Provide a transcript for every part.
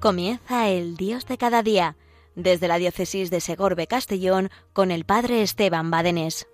Comienza el Dios de cada día, desde la diócesis de Segorbe-Castellón, con el padre Esteban Badenés.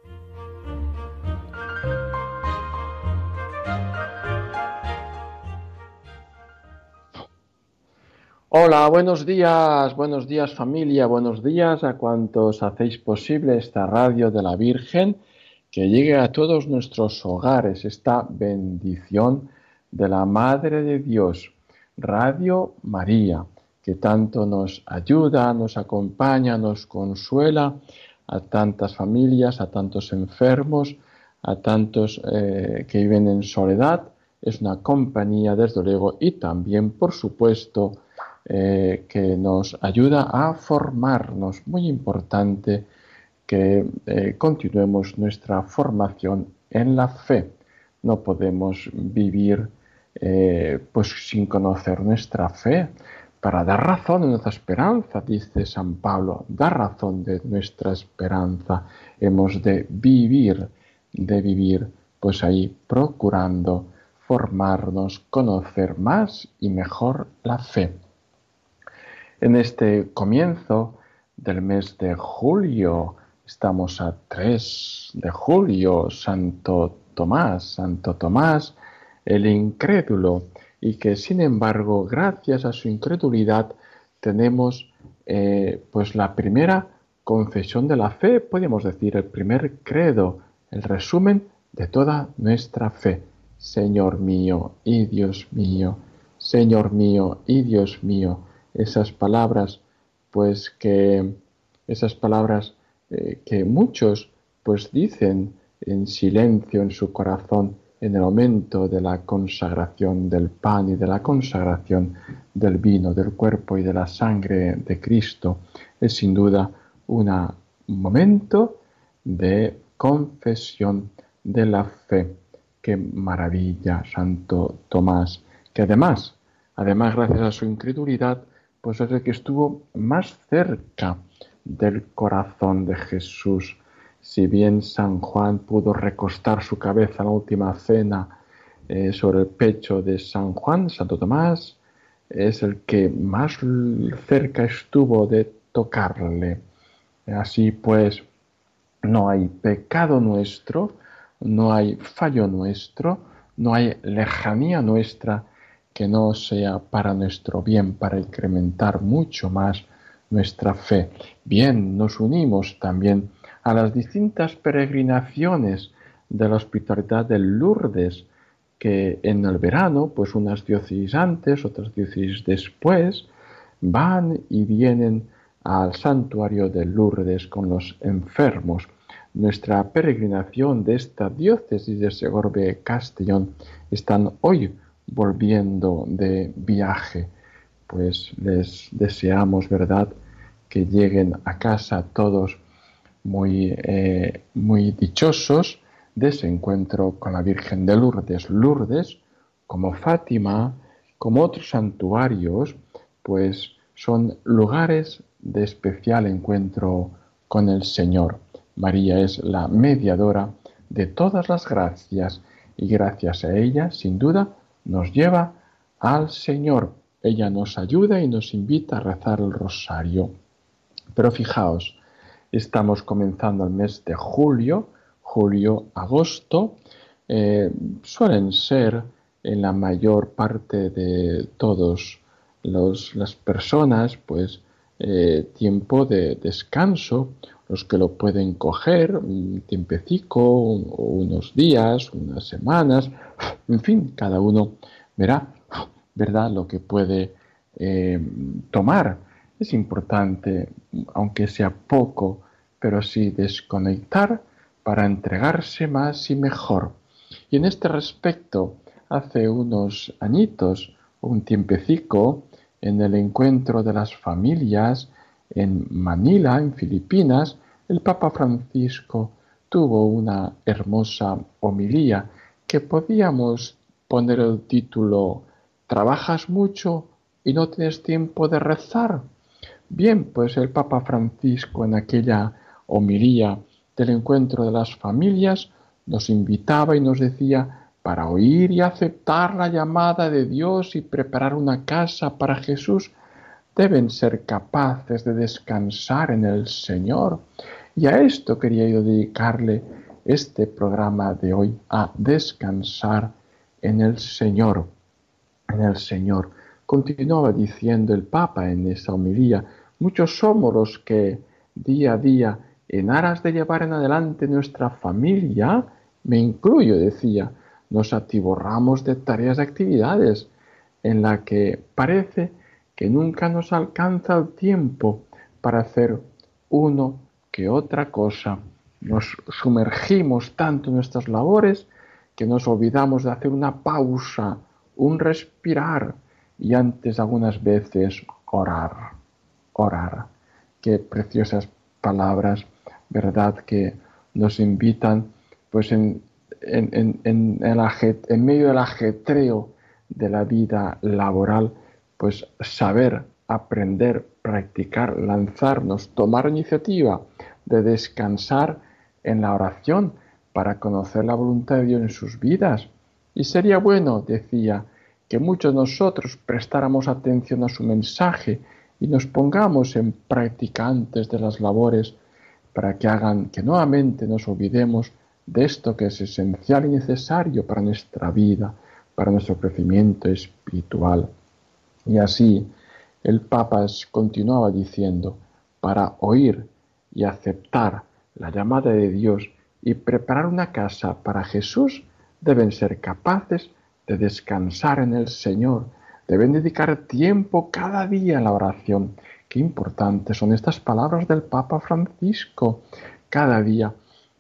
Hola, buenos días familia, buenos días a cuantos hacéis posible esta radio de la Virgen, que llegue a todos nuestros hogares esta bendición de la Madre de Dios, Radio María, que tanto nos ayuda, nos acompaña, nos consuela a tantas familias, a tantos enfermos, a tantos que viven en soledad. Es una compañía, desde luego, y también, por supuesto, que nos ayuda a formarnos. Muy importante que continuemos nuestra formación en la fe. No podemos vivir pues sin conocer nuestra fe. Para dar razón de nuestra esperanza, dice San Pablo, dar razón de nuestra esperanza. Hemos de vivir, pues ahí procurando formarnos, conocer más y mejor la fe. En este comienzo del mes de julio, estamos a 3 de julio, Santo Tomás, el incrédulo, y que sin embargo, gracias a su incredulidad, tenemos pues la primera confesión de la fe, podríamos decir el primer credo, el resumen de toda nuestra fe. Señor mío y Dios mío, Señor mío y Dios mío. Esas palabras que muchos pues dicen en silencio en su corazón en el momento de la consagración del pan y de la consagración del vino, del cuerpo y de la sangre de Cristo, es sin duda un momento de confesión de la fe. Qué maravilla, Santo Tomás, que además, gracias a su incredulidad, pues es el que estuvo más cerca del corazón de Jesús. Si bien San Juan pudo recostar su cabeza en la última cena sobre el pecho de San Juan, Santo Tomás es el que más cerca estuvo de tocarle. Así pues, no hay pecado nuestro, no hay fallo nuestro, no hay lejanía nuestra que no sea para nuestro bien, para incrementar mucho más nuestra fe. Bien, nos unimos también a las distintas peregrinaciones de la hospitalidad de Lourdes, que en el verano, pues unas diócesis antes, otras diócesis después, van y vienen al santuario de Lourdes con los enfermos. Nuestra peregrinación de esta diócesis de Segorbe-Castellón están hoy volviendo de viaje, pues les deseamos, ¿verdad?, que lleguen a casa todos muy dichosos de ese encuentro con la Virgen de Lourdes. Lourdes, como Fátima, como otros santuarios, pues son lugares de especial encuentro con el Señor. María es la mediadora de todas las gracias y gracias a ella, sin duda, nos lleva al Señor. Ella nos ayuda y nos invita a rezar el rosario. Pero fijaos, estamos comenzando el mes de julio, agosto, suelen ser en la mayor parte de todas las personas, pues, tiempo de descanso, los que lo pueden coger un tiempecico, o unos días, unas semanas, en fin, cada uno verá, ¿verdad?, lo que puede tomar. Es importante, aunque sea poco, pero sí desconectar para entregarse más y mejor. Y en este respecto, hace unos añitos, un tiempecico, en el encuentro de las familias en Manila, en Filipinas, el Papa Francisco tuvo una hermosa homilía que podíamos poner el título ¿Trabajas mucho y no tienes tiempo de rezar? Bien, pues el Papa Francisco en aquella homilía del encuentro de las familias nos invitaba y nos decía, para oír y aceptar la llamada de Dios y preparar una casa para Jesús, deben ser capaces de descansar en el Señor. Y a esto quería yo dedicarle este programa de hoy, a descansar en el Señor. En el Señor. Continuaba diciendo el Papa en esa homilía, muchos somos los que día a día, en aras de llevar en adelante nuestra familia, me incluyo, decía, nos atiborramos de tareas y actividades en la que parece que nunca nos alcanza el tiempo para hacer uno que otra cosa. Nos sumergimos tanto en nuestras labores que nos olvidamos de hacer una pausa, un respirar y antes algunas veces orar. Orar. Qué preciosas palabras, ¿verdad? Que nos invitan pues en medio del ajetreo de la vida laboral, pues saber, aprender, practicar, lanzarnos, tomar iniciativa de descansar en la oración para conocer la voluntad de Dios en sus vidas. Y sería bueno, decía, que muchos de nosotros prestáramos atención a su mensaje y nos pongamos en práctica antes de las labores para que hagan que nuevamente nos olvidemos de esto que es esencial y necesario para nuestra vida, para nuestro crecimiento espiritual. Y así el Papa continuaba diciendo, para oír y aceptar la llamada de Dios y preparar una casa para Jesús, deben ser capaces de descansar en el Señor, deben dedicar tiempo cada día a la oración. Qué importantes son estas palabras del Papa Francisco. Cada día,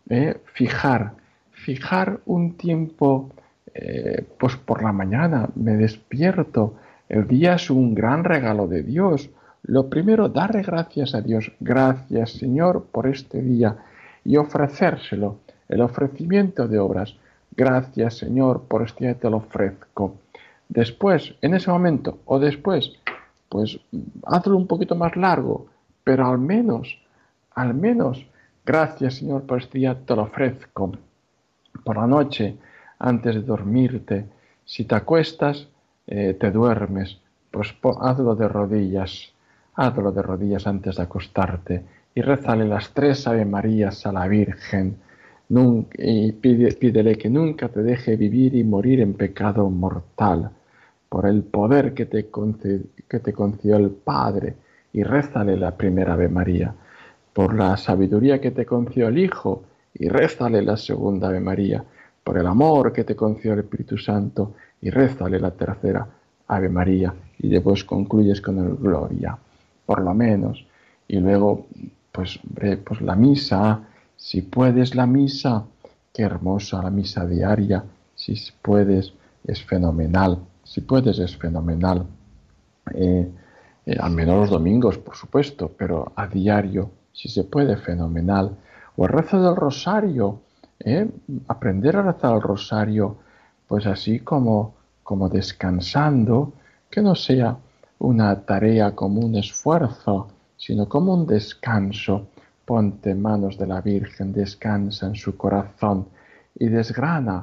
fijar un tiempo, pues por la mañana me despierto. El día es un gran regalo de Dios. Lo primero, darle gracias a Dios. Gracias, Señor, por este día. Y ofrecérselo, el ofrecimiento de obras. Gracias, Señor, por este día te lo ofrezco. Después, en ese momento, o después, pues hazlo un poquito más largo, pero al menos, gracias, Señor, por este día te lo ofrezco. Por la noche, antes de dormirte, si te acuestas, te duermes, pues hazlo de rodillas antes de acostarte y rézale las 3 Ave Marías a la Virgen y pídele que nunca te deje vivir y morir en pecado mortal por el poder que te concedió el Padre, y rézale la primera Ave María, por la sabiduría que te concedió el Hijo, y rézale la segunda Ave María, por el amor que te concedió el Espíritu Santo, y rézale la tercera Ave María, y después concluyes con el Gloria, por lo menos. Y luego, pues la misa, si puedes la misa, qué hermosa la misa diaria, si puedes, es fenomenal. Si puedes, es fenomenal. Al menos los domingos, por supuesto, pero a diario, si se puede, fenomenal. O el rezo del rosario, aprender a rezar el rosario, pues así como descansando, que no sea una tarea como un esfuerzo, sino como un descanso. Ponte en manos de la Virgen, descansa en su corazón y desgrana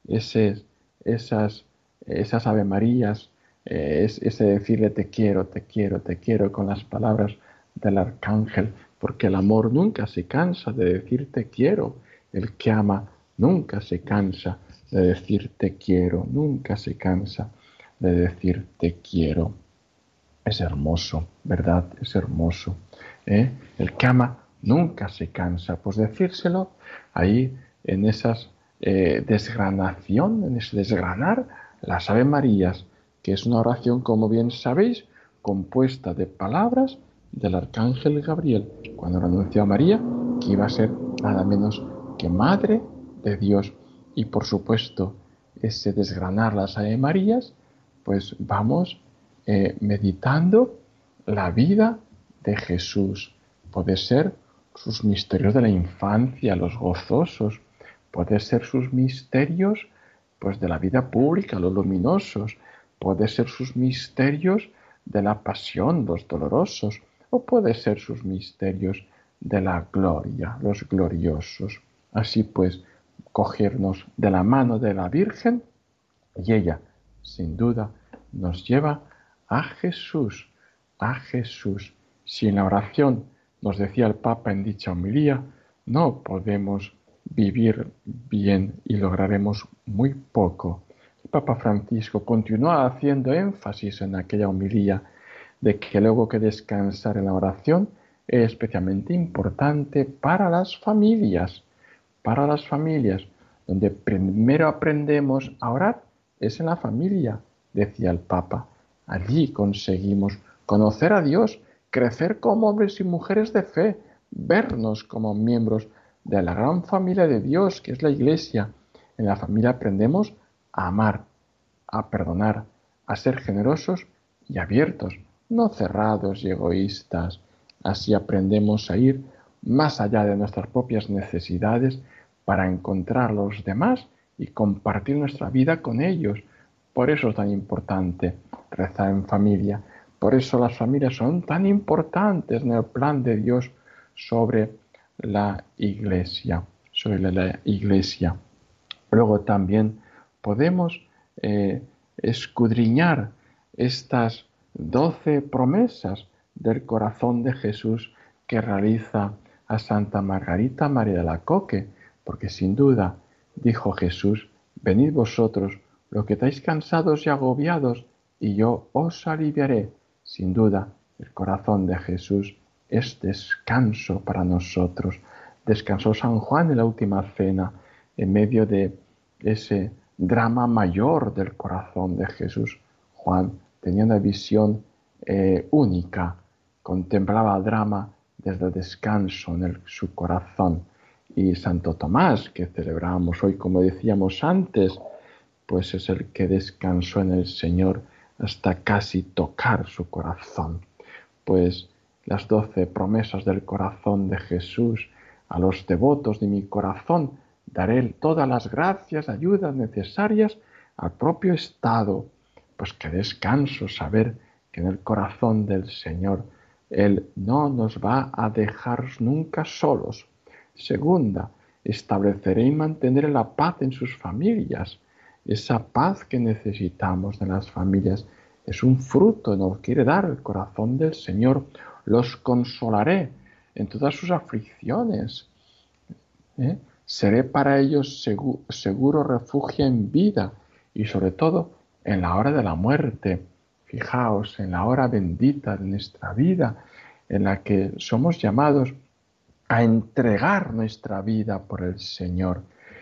esas Ave Marías, ese decirle te quiero, te quiero, te quiero con las palabras del arcángel, porque el amor nunca se cansa de decir te quiero. El que ama nunca se cansa de decir te quiero, nunca se cansa de decir te quiero. Es hermoso, ¿verdad? Es hermoso. El que ama nunca se cansa. Pues decírselo ahí en esas desgranación, en ese desgranar las Ave Marías, que es una oración, como bien sabéis, compuesta de palabras del arcángel Gabriel, cuando le anunció a María que iba a ser nada menos que Madre de Dios. Y por supuesto, ese desgranar las Ave Marías, pues vamos meditando la vida de Jesús. Puede ser sus misterios de la infancia, los gozosos, puede ser sus misterios pues de la vida pública, los luminosos, puede ser sus misterios de la pasión, los dolorosos, o puede ser sus misterios de la gloria, los gloriosos. Así pues, cogernos de la mano de la Virgen y ella, sin duda, nos lleva a Jesús, a Jesús. Si en la oración, nos decía el Papa en dicha homilía, no podemos vivir bien y lograremos muy poco. El Papa Francisco continúa haciendo énfasis en aquella homilía de que luego que descansar en la oración es especialmente importante para las familias, donde primero aprendemos a orar es en la familia, decía el Papa. Allí conseguimos conocer a Dios, crecer como hombres y mujeres de fe, vernos como miembros de la gran familia de Dios, que es la Iglesia. En la familia aprendemos a amar, a perdonar, a ser generosos y abiertos, no cerrados y egoístas. Así aprendemos a ir más allá de nuestras propias necesidades para encontrar a los demás y compartir nuestra vida con ellos. Por eso es tan importante rezar en familia. Por eso las familias son tan importantes en el plan de Dios sobre la Iglesia. Luego también podemos escudriñar estas 12 promesas del corazón de Jesús que realiza a Santa Margarita María de Alacoque, porque sin duda dijo Jesús: venid vosotros, los que estáis cansados y agobiados, y yo os aliviaré. Sin duda, el corazón de Jesús es descanso para nosotros. Descansó San Juan en la última cena, en medio de ese drama mayor del corazón de Jesús. Juan tenía una visión única, contemplaba el drama desde el descanso en su corazón. Y Santo Tomás, que celebramos hoy, como decíamos antes, pues es el que descansó en el Señor hasta casi tocar su corazón. Pues las 12 promesas del corazón de Jesús: a los devotos de mi corazón daré todas las gracias, ayudas necesarias al propio estado. Pues qué descanso saber que en el corazón del Señor Él no nos va a dejar nunca solos. Segunda, estableceré y mantendré la paz en sus familias. Esa paz que necesitamos de las familias es un fruto, nos quiere dar el corazón del Señor. Los consolaré en todas sus aflicciones. Seré para ellos seguro refugio en vida y sobre todo en la hora de la muerte. Fijaos, en la hora bendita de nuestra vida, en la que somos llamados a entregar nuestra vida por el Señor,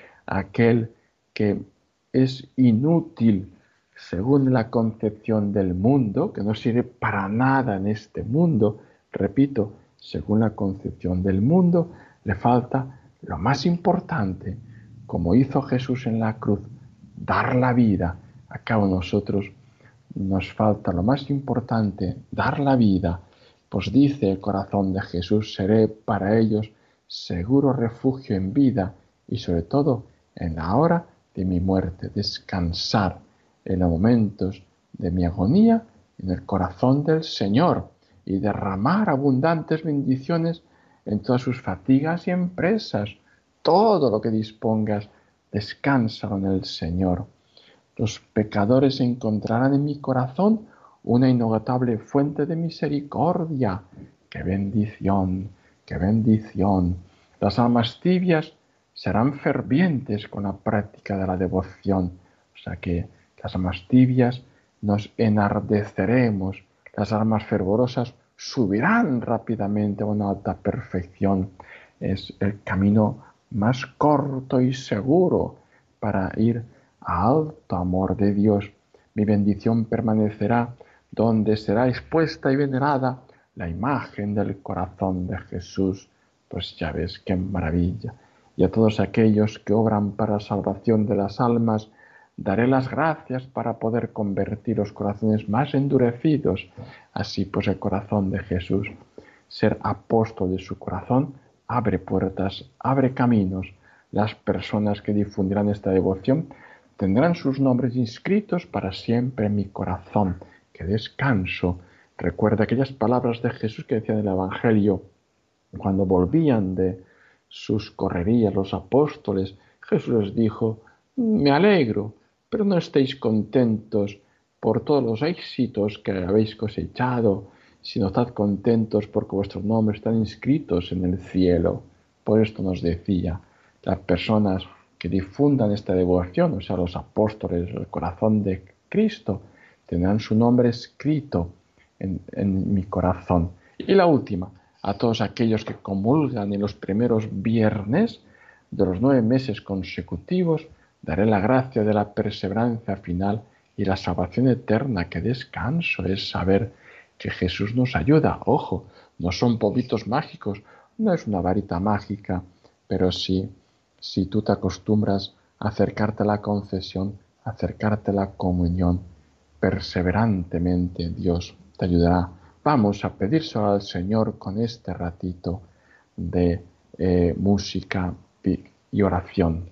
aquel que es inútil según la concepción del mundo, que no sirve para nada en este mundo. Repito, según la concepción del mundo, le falta lo más importante, como hizo Jesús en la cruz, dar la vida. Acá a nosotros nos falta lo más importante, dar la vida. Pues dice el corazón de Jesús: seré para ellos seguro refugio en vida y sobre todo en la hora de mi muerte, descansar en los momentos de mi agonía en el corazón del Señor y derramar abundantes bendiciones en todas sus fatigas y empresas. Todo lo que dispongas, descansa en el Señor. Los pecadores encontrarán en mi corazón una inagotable fuente de misericordia. ¡Qué bendición! ¡Qué bendición! Las almas tibias serán fervientes con la práctica de la devoción. O sea que las almas tibias nos enardeceremos, las almas fervorosas subirán rápidamente a una alta perfección. Es el camino más corto y seguro para ir a alto amor de Dios. Mi bendición permanecerá donde será expuesta y venerada la imagen del corazón de Jesús. Pues ya ves qué maravilla. Y a todos aquellos que obran para la salvación de las almas, daré las gracias para poder convertir los corazones más endurecidos. Así pues el corazón de Jesús, ser apóstol de su corazón, abre puertas, abre caminos. Las personas que difundirán esta devoción tendrán sus nombres inscritos para siempre en mi corazón. ¡Qué descanso! Recuerda aquellas palabras de Jesús que decían en el Evangelio cuando volvían de sus correrías los apóstoles. Jesús les dijo: me alegro, pero no estéis contentos por todos los éxitos que habéis cosechado sino estad contentos porque vuestros nombres están inscritos en el cielo. Por esto nos decía, las personas que difundan esta devoción, o sea, los apóstoles, el corazón de Cristo, tendrán su nombre escrito en mi corazón. Y la última, a todos aquellos que comulgan en los primeros viernes de los 9 meses consecutivos, daré la gracia de la perseverancia final y la salvación eterna. ¡Qué descanso es saber que Jesús nos ayuda! Ojo, no son polvitos mágicos, no es una varita mágica, pero sí, si tú te acostumbras a acercarte a la confesión, a acercarte a la comunión, perseverantemente Dios te ayudará. Vamos a pedírselo al Señor con este ratito de música y oración.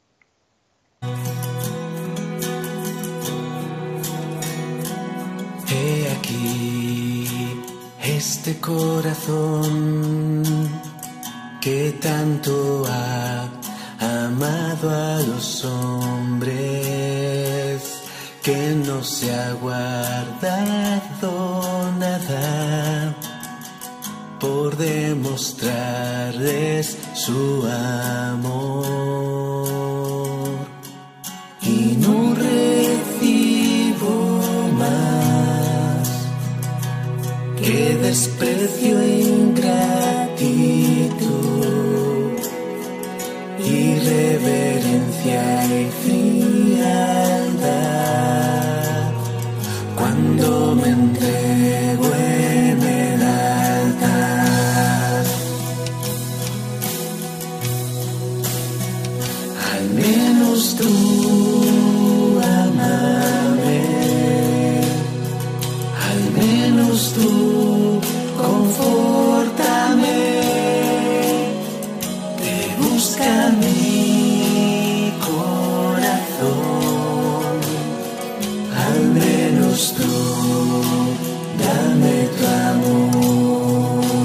He aquí este corazón que tanto ha amado a los hombres, que no se ha guardado nada por demostrarles su amor. Y no recibo más que desprecio e ingratitud, irreverencia y frialdad cuando me entrego en el altar. Al menos tú amame, al menos tú confórtame, te busca mi corazón, al menos tú dame tu amor.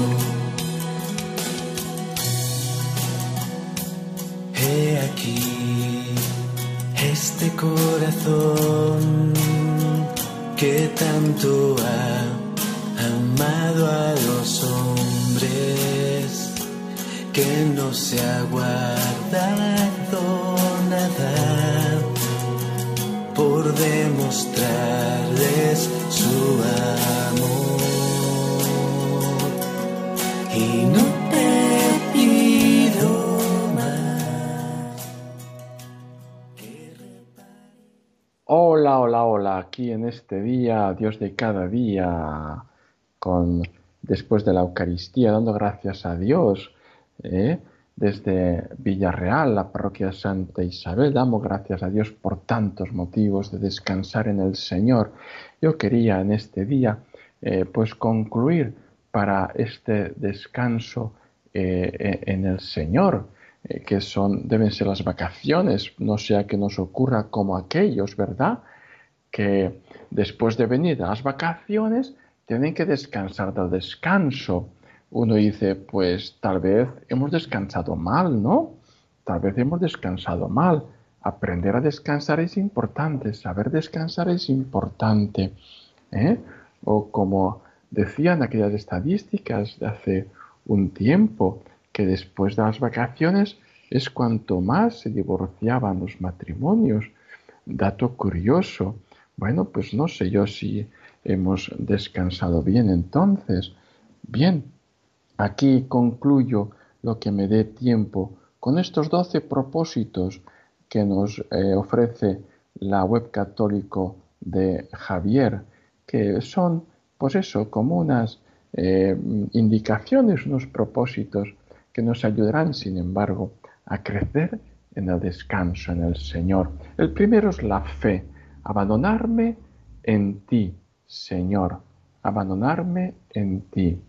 He aquí este corazón que tanto ha amado a los hombres, que no se ha guardado nada por demostrarles su amor. Y no te pido más. Hola, hola, hola, aquí en este día, Dios de cada día, después de la Eucaristía, dando gracias a Dios, desde Villarreal, la parroquia Santa Isabel, damos gracias a Dios por tantos motivos de descansar en el Señor. Yo quería en este día, pues concluir para este descanso en el Señor, que deben ser las vacaciones, no sea que nos ocurra como aquellos, ¿verdad?, que después de venir a las vacaciones tienen que descansar del descanso. Uno dice, pues tal vez hemos descansado mal, ¿no? Tal vez hemos descansado mal. Aprender a descansar es importante, saber descansar es importante, ¿eh? O como decían aquellas estadísticas de hace un tiempo, que después de las vacaciones es cuanto más se divorciaban los matrimonios. Dato curioso. Bueno, pues no sé yo si hemos descansado bien entonces. Bien, aquí concluyo lo que me dé tiempo con estos 12 propósitos que nos ofrece la web católico de Javier, que son, pues eso, como unas indicaciones, unos propósitos que nos ayudarán, sin embargo, a crecer en el descanso, en el Señor. El primero es la fe, abandonarme en ti, Señor, abandonarme en ti.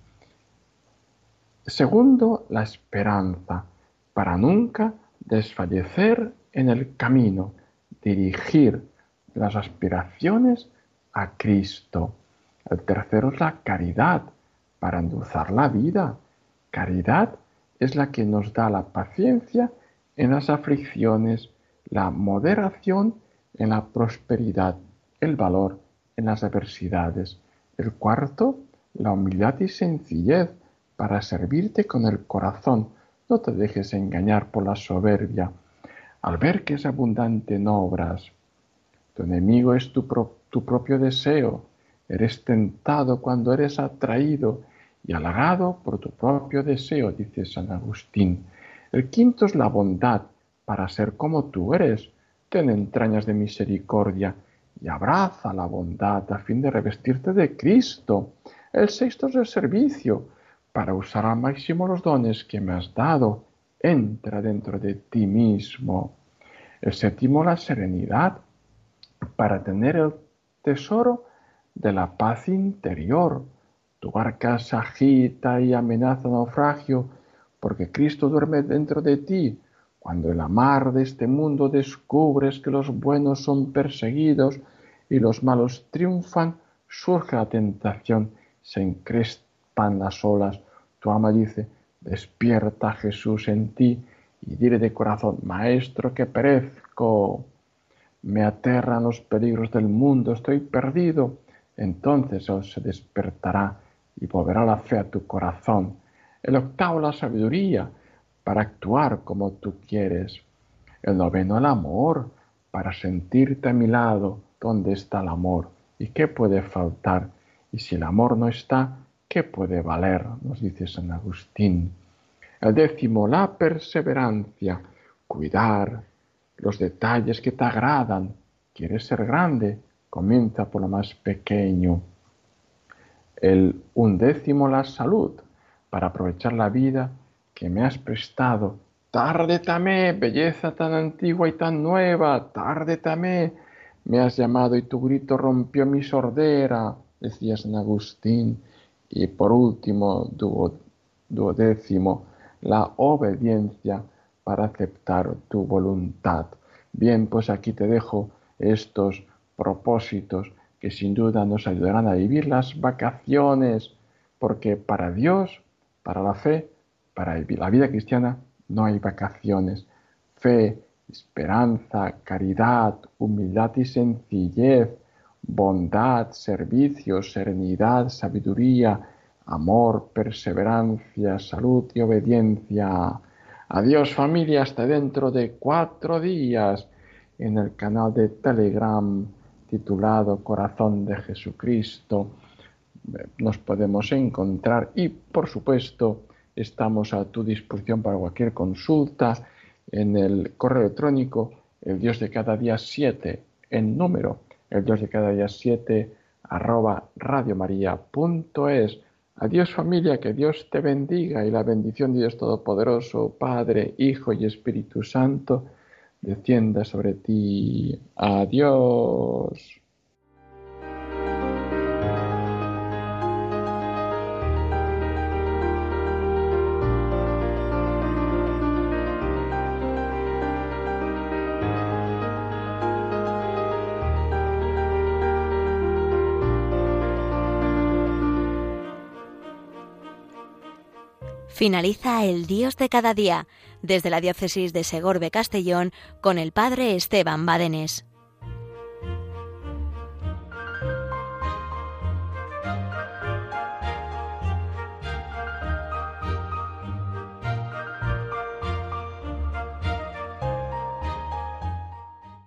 Segundo, la esperanza, para nunca desfallecer en el camino, dirigir las aspiraciones a Cristo. El tercero es la caridad, para endulzar la vida. Caridad es la que nos da la paciencia en las aflicciones, la moderación en la prosperidad, el valor en las adversidades. El cuarto, la humildad y sencillez para servirte con el corazón. No te dejes engañar por la soberbia. Al ver que es abundante en obras, tu enemigo es tu propio deseo. Eres tentado cuando eres atraído y halagado por tu propio deseo, dice San Agustín. El quinto es la bondad, para ser como tú eres. Ten entrañas de misericordia y abraza la bondad a fin de revestirte de Cristo. El sexto es el servicio, para usar al máximo los dones que me has dado. Entra dentro de ti mismo. El séptimo, la serenidad, para tener el tesoro de la paz interior. Tu barca se agita y amenaza naufragio, porque Cristo duerme dentro de ti. Cuando en la mar de este mundo descubres que los buenos son perseguidos y los malos triunfan, surge la tentación, se encrespan las olas. Tu alma dice: despierta Jesús en ti y dile de corazón: Maestro, que perezco, me aterran los peligros del mundo, estoy perdido. Entonces Él se despertará y volverá la fe a tu corazón. El octavo, la sabiduría, para actuar como tú quieres. El noveno, el amor, para sentirte a mi lado. ¿Dónde está el amor? ¿Y qué puede faltar? Y si el amor no está, ¿qué puede valer? Nos dice San Agustín. El décimo, la perseverancia, cuidar los detalles que te agradan. ¿Quieres ser grande? Comienza por lo más pequeño. El undécimo, la salud, para aprovechar la vida que me has prestado. Tárdetame, belleza tan antigua y tan nueva, tárdetame. Me has llamado y tu grito rompió mi sordera, decía San Agustín. Y por último, duodécimo, la obediencia, para aceptar tu voluntad. Bien, pues aquí te dejo estos propósitos que sin duda nos ayudarán a vivir las vacaciones, porque para Dios, para la fe, para la vida cristiana no hay vacaciones. Fe, esperanza, caridad, humildad y sencillez, bondad, servicio, serenidad, sabiduría, amor, perseverancia, salud y obediencia. Adiós familia, hasta dentro de 4 días en el canal de Telegram titulado Corazón de Jesucristo. Nos podemos encontrar y por supuesto estamos a tu disposición para cualquier consulta en el correo electrónico el Dios de cada día 7 en número el Dios de cada día 7 @radiomaria.es. Adiós familia, que Dios te bendiga y la bendición de Dios Todopoderoso, Padre, Hijo y Espíritu Santo, descienda sobre ti. Adiós. Finaliza el Dios de cada día, desde la diócesis de Segorbe-Castellón, con el padre Esteban Badenés.